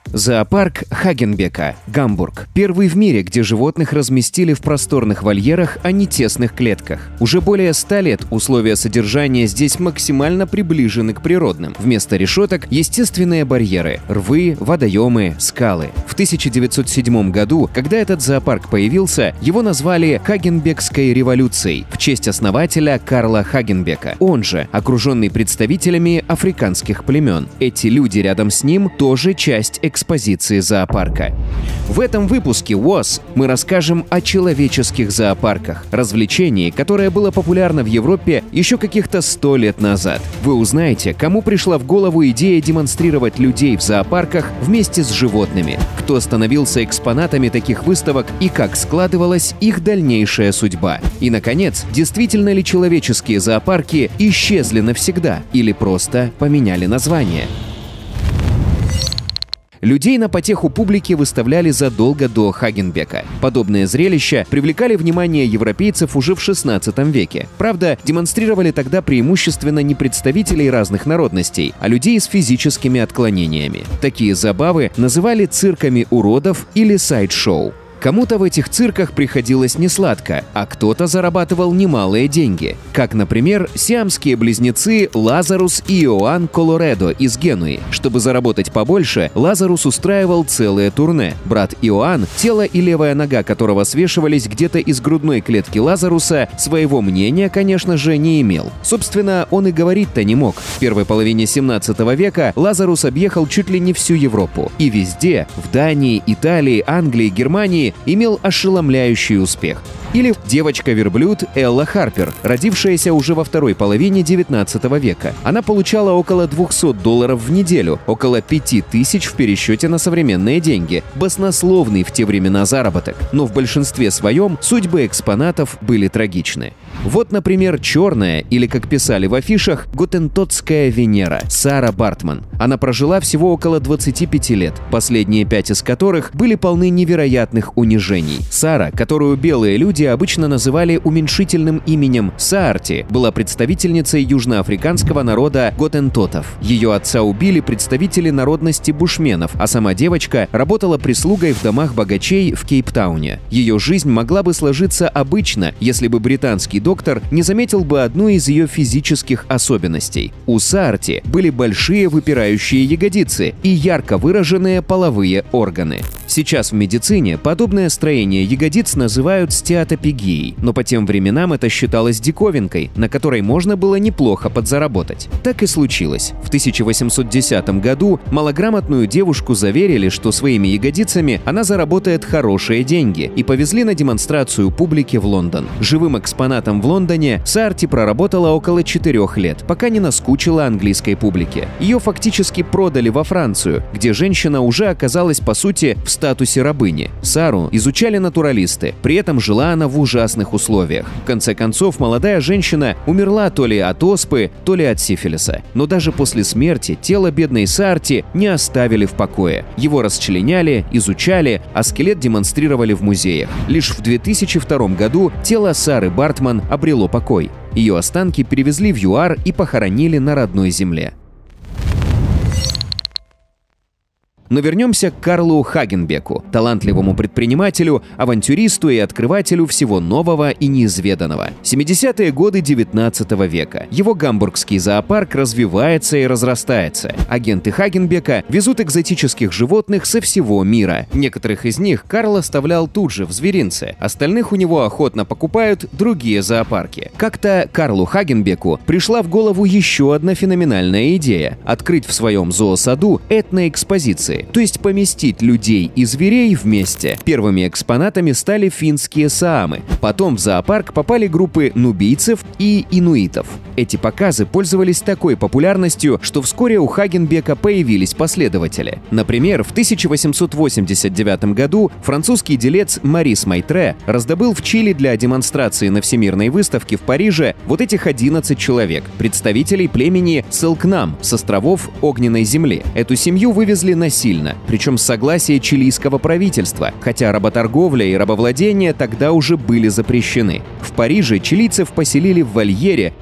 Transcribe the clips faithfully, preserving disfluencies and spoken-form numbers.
Зоопарк Хагенбека, Гамбург. Первый в мире, где животных разместили в просторных вольерах, а не тесных клетках. Уже более ста лет условия содержания здесь максимально приближены к природным. Вместо решеток – естественные барьеры, рвы, водоемы, скалы. В тысяча девятьсот седьмом году, когда этот зоопарк появился, его назвали Хагенбекской революцией в честь основателя Карла Хагенбека. Он же окруженный представителями африканских племен. Эти люди рядом с ним тоже часть экспозиции зоопарка. В этом выпуске ВОС мы расскажем о человеческих зоопарках, развлечении, которое было популярно в Европе еще каких-то сто лет назад. Вы узнаете, кому пришла в голову идея демонстрировать людей в зоопарках вместе с животными, кто становился экспонатами таких выставок и как складывалась их дальнейшая судьба. И, наконец, действительно ли человеческие зоопарки исчезли навсегда или просто поменяли название? Людей на потеху публики выставляли задолго до Хагенбека. Подобные зрелища привлекали внимание европейцев уже в шестнадцатом веке. Правда, демонстрировали тогда преимущественно не представителей разных народностей, а людей с физическими отклонениями. Такие забавы называли цирками уродов или сайд-шоу. Кому-то в этих цирках приходилось несладко, а кто-то зарабатывал немалые деньги. Как, например, сиамские близнецы Лазарус и Иоанн Колоредо из Генуи. Чтобы заработать побольше, Лазарус устраивал целое турне. Брат Иоанн, тело и левая нога которого свешивались где-то из грудной клетки Лазаруса, своего мнения, конечно же, не имел. Собственно, он и говорить-то не мог. В первой половине семнадцатого века Лазарус объехал чуть ли не всю Европу. И везде, в Дании, Италии, Англии, Германии, имел ошеломляющий успех. Или девочка-верблюд Элла Харпер, родившаяся уже во второй половине девятнадцатого века. Она получала около двухсот долларов в неделю, около пяти тысяч в пересчете на современные деньги. Баснословный в те времена заработок. Но в большинстве своем судьбы экспонатов были трагичны. Вот, например, черная, или, как писали в афишах, готентотская Венера, Сара Бартман. Она прожила всего около двадцати пяти лет, последние пять из которых были полны невероятных унижений. Сара, которую белые люди обычно называли уменьшительным именем Саарти, была представительницей южноафриканского народа готентотов. Ее отца убили представители народности бушменов, а сама девочка работала прислугой в домах богачей в Кейптауне. Ее жизнь могла бы сложиться обычно, если бы британский доктор не заметил бы одну из ее физических особенностей. У Саарти были большие выпирающие ягодицы и ярко выраженные половые органы. Сейчас в медицине подобное строение ягодиц называют стеатопегией, но по тем временам это считалось диковинкой, на которой можно было неплохо подзаработать. Так и случилось. В тысяча восемьсот десятом году малограмотную девушку заверили, что своими ягодицами она заработает хорошие деньги, и повезли на демонстрацию публики в Лондон. Живым экспонатом в Лондоне Саарти проработала около четырех лет, пока не наскучила английской публике. Ее фактически продали во Францию, где женщина уже оказалась, по сути, в статусе рабыни. Сару изучали натуралисты, при этом жила она в ужасных условиях. В конце концов, молодая женщина умерла то ли от оспы, то ли от сифилиса. Но даже после смерти тело бедной Саарти не оставили в покое. Его расчленяли, изучали, а скелет демонстрировали в музеях. Лишь в две тысячи втором году тело Сары Бартман обрело покой. Ее останки перевезли в ЮАР и похоронили на родной земле. Но вернемся к Карлу Хагенбеку, талантливому предпринимателю, авантюристу и открывателю всего нового и неизведанного. семидесятые годы девятнадцатого века. Его гамбургский зоопарк развивается и разрастается. Агенты Хагенбека везут экзотических животных со всего мира. Некоторых из них Карл оставлял тут же, в зверинце. Остальных у него охотно покупают другие зоопарки. Как-то Карлу Хагенбеку пришла в голову еще одна феноменальная идея – открыть в своем зоосаду этноэкспозиции. То есть поместить людей и зверей вместе. Первыми экспонатами стали финские саамы. Потом в зоопарк попали группы нубийцев и инуитов. Эти показы пользовались такой популярностью, что вскоре у Хагенбека появились последователи. Например, в тысяча восемьсот восемьдесят девятом году французский делец Марис Майтре раздобыл в Чили для демонстрации на Всемирной выставке в Париже вот этих одиннадцать человек, представителей племени Селкнам с островов Огненной земли. Эту семью вывезли насильно, причем с согласия чилийского правительства, хотя работорговля и рабовладение тогда уже были запрещены. В Париже чилийцев поселили в вольере и заставили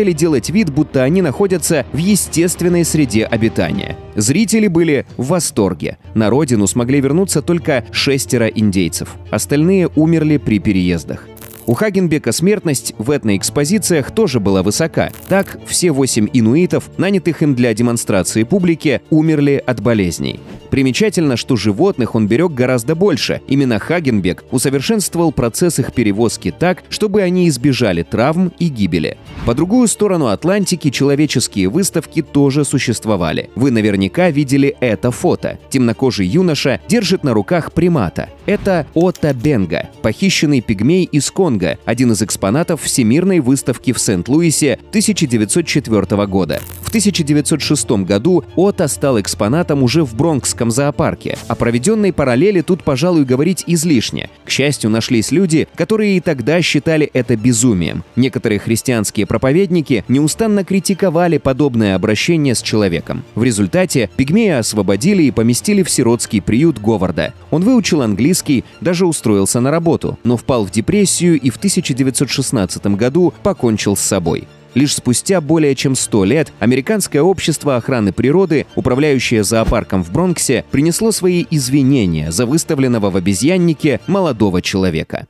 заставили делать вид, будто они находятся в естественной среде обитания. Зрители были в восторге. На родину смогли вернуться только шестеро индейцев. Остальные умерли при переездах. У Хагенбека смертность в этноэкспозициях тоже была высока. Так, все восемь инуитов, нанятых им для демонстрации публике, умерли от болезней. Примечательно, что животных он берег гораздо больше. Именно Хагенбек усовершенствовал процесс их перевозки так, чтобы они избежали травм и гибели. По другую сторону Атлантики человеческие выставки тоже существовали. Вы наверняка видели это фото. Темнокожий юноша держит на руках примата. Это Ота Бенга, похищенный пигмей из Конго, один из экспонатов Всемирной выставки в Сент-Луисе тысяча девятьсот четвёртого года. В тысяча девятьсот шестом году Ота стал экспонатом уже в Бронкском зоопарке. О проведенной параллели тут, пожалуй, говорить излишне. К счастью, нашлись люди, которые и тогда считали это безумием. Некоторые христианские проповедники неустанно критиковали подобное обращение с человеком. В результате пигмея освободили и поместили в сиротский приют Говарда. Он выучил английский, даже устроился на работу, но впал в депрессию и в тысяча девятьсот шестнадцатом году покончил с собой. Лишь спустя более чем сто лет Американское общество охраны природы, управляющее зоопарком в Бронксе, принесло свои извинения за выставленного в обезьяннике молодого человека.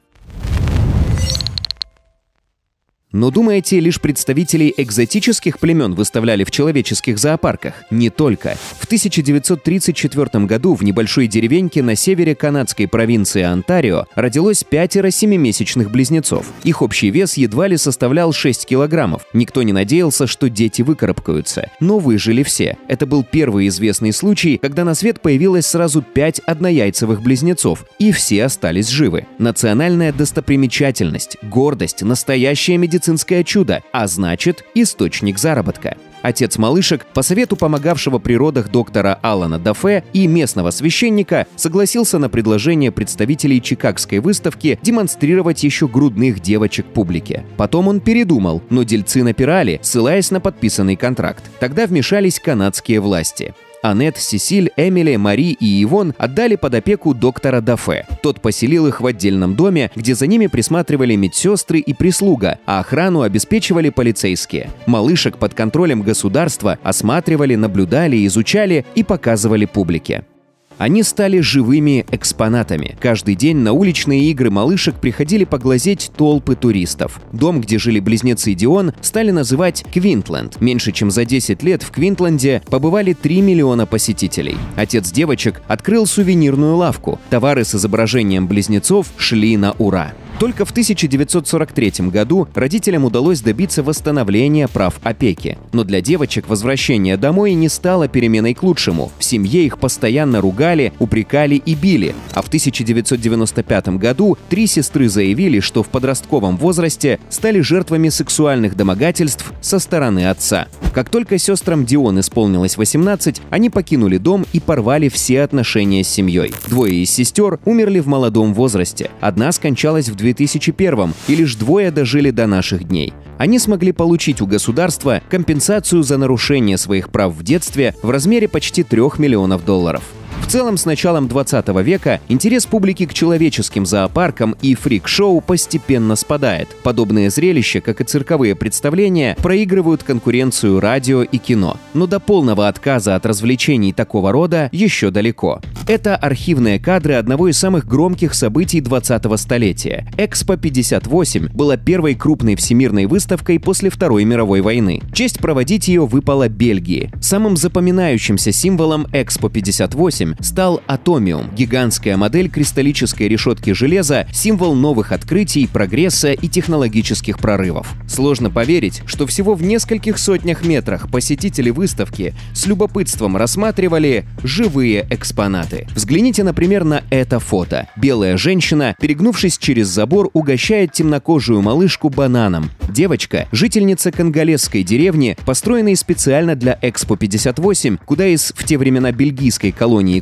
Но думаете, лишь представителей экзотических племен выставляли в человеческих зоопарках? Не только. В тысяча девятьсот тридцать четвёртом году в небольшой деревеньке на севере канадской провинции Онтарио родилось пятеро семимесячных близнецов. Их общий вес едва ли составлял шесть килограммов. Никто не надеялся, что дети выкарабкаются. Но выжили все. Это был первый известный случай, когда на свет появилось сразу пять однояйцевых близнецов, и все остались живы. Национальная достопримечательность, гордость, настоящая медицина. Медицинское чудо, а значит, источник заработка. Отец малышек, по совету помогавшего при родах доктора Алана Дафе и местного священника, согласился на предложение представителей Чикагской выставки демонстрировать еще грудных девочек публике. Потом он передумал, но дельцы напирали, ссылаясь на подписанный контракт. Тогда вмешались канадские власти. Аннет, Сесиль, Эмили, Мари и Ивон отдали под опеку доктора Дафе. Тот поселил их в отдельном доме, где за ними присматривали медсестры и прислуга, а охрану обеспечивали полицейские. Малышек под контролем государства осматривали, наблюдали, изучали и показывали публике. Они стали живыми экспонатами. Каждый день на уличные игры малышек приходили поглазеть толпы туристов. Дом, где жили близнецы Дион, стали называть Квинтленд. Меньше чем за десять лет в Квинтленде побывали три миллиона посетителей. Отец девочек открыл сувенирную лавку. Товары с изображением близнецов шли на ура. Только в тысяча девятьсот сорок третьем году родителям удалось добиться восстановления прав опеки. Но для девочек возвращение домой не стало переменой к лучшему. В семье их постоянно ругали, упрекали и били. А в тысяча девятьсот девяносто пятом году три сестры заявили, что в подростковом возрасте стали жертвами сексуальных домогательств со стороны отца. Как только сестрам Дион исполнилось восемнадцать, они покинули дом и порвали все отношения с семьей. Двое из сестер умерли в молодом возрасте. Одна скончалась в две тысячи первом, и лишь двое дожили до наших дней. Они смогли получить у государства компенсацию за нарушение своих прав в детстве в размере почти трех миллионов долларов. В целом, с началом двадцатого века интерес публики к человеческим зоопаркам и фрик-шоу постепенно спадает. Подобные зрелища, как и цирковые представления, проигрывают конкуренцию радио и кино. Но до полного отказа от развлечений такого рода еще далеко. Это архивные кадры одного из самых громких событий двадцатого столетия. Экспо пятьдесят восемь была первой крупной всемирной выставкой после Второй мировой войны. Честь проводить ее выпала Бельгии. Самым запоминающимся символом Экспо пятьдесят восемь стал Атомиум – гигантская модель кристаллической решетки железа, символ новых открытий, прогресса и технологических прорывов. Сложно поверить, что всего в нескольких сотнях метрах посетители выставки с любопытством рассматривали живые экспонаты. Взгляните, например, на это фото. Белая женщина, перегнувшись через забор, угощает темнокожую малышку бананом. Девочка – жительница конголезской деревни, построенной специально для Экспо пятьдесят восемь, куда из в те времена бельгийской колонии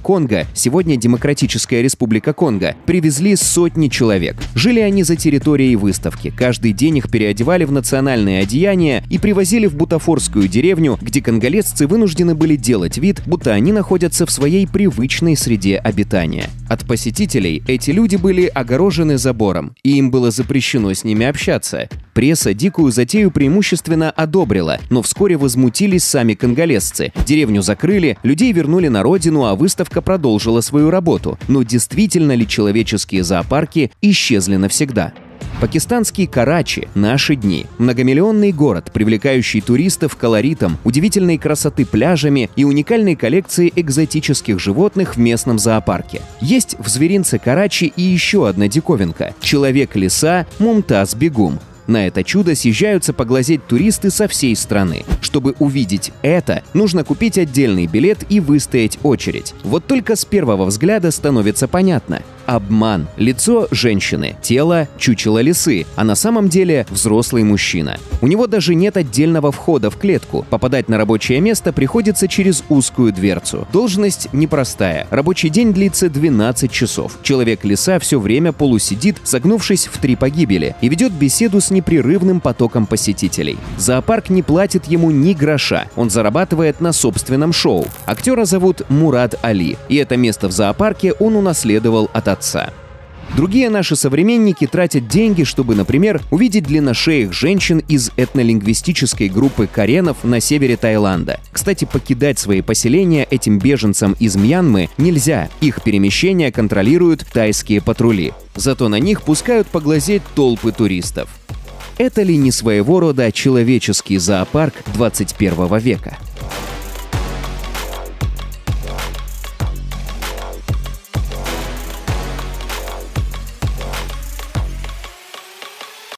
Конго, сегодня Демократическая Республика Конго, привезли сотни человек. Жили они за территорией выставки. Каждый день их переодевали в национальные одеяния и привозили в бутафорскую деревню, где конголезцы вынуждены были делать вид, будто они находятся в своей привычной среде обитания. От посетителей эти люди были огорожены забором, и им было запрещено с ними общаться. Пресса дикую затею преимущественно одобрила, но вскоре возмутились сами конголезцы. Деревню закрыли, людей вернули на родину, а выставка продолжила свою работу. Но действительно ли человеческие зоопарки исчезли навсегда? Пакистанский Карачи – наши дни. Многомиллионный город, привлекающий туристов колоритом, удивительной красоты пляжами и уникальной коллекцией экзотических животных в местном зоопарке. Есть в зверинце Карачи и еще одна диковинка – человек-лиса Мумтаз Бегум. На это чудо съезжаются поглазеть туристы со всей страны. Чтобы увидеть это, нужно купить отдельный билет и выстоять очередь. Вот только с первого взгляда становится понятно. Обман. Лицо женщины, тело чучело лисы, а на самом деле взрослый мужчина. У него даже нет отдельного входа в клетку. Попадать на рабочее место приходится через узкую дверцу. Должность непростая. Рабочий день длится двенадцать часов. Человек-лиса все время полусидит, согнувшись в три погибели, и ведет беседу с непрерывным потоком посетителей. Зоопарк не платит ему ни гроша. Он зарабатывает на собственном шоу. Актера зовут Мурад Али, и это место в зоопарке он унаследовал от отца. Другие наши современники тратят деньги, чтобы, например, увидеть длинношеих женщин из этнолингвистической группы каренов на севере Таиланда. Кстати, покидать свои поселения этим беженцам из Мьянмы нельзя. Их перемещение контролируют тайские патрули. Зато на них пускают поглазеть толпы туристов. Это ли не своего рода человеческий зоопарк двадцать первого века?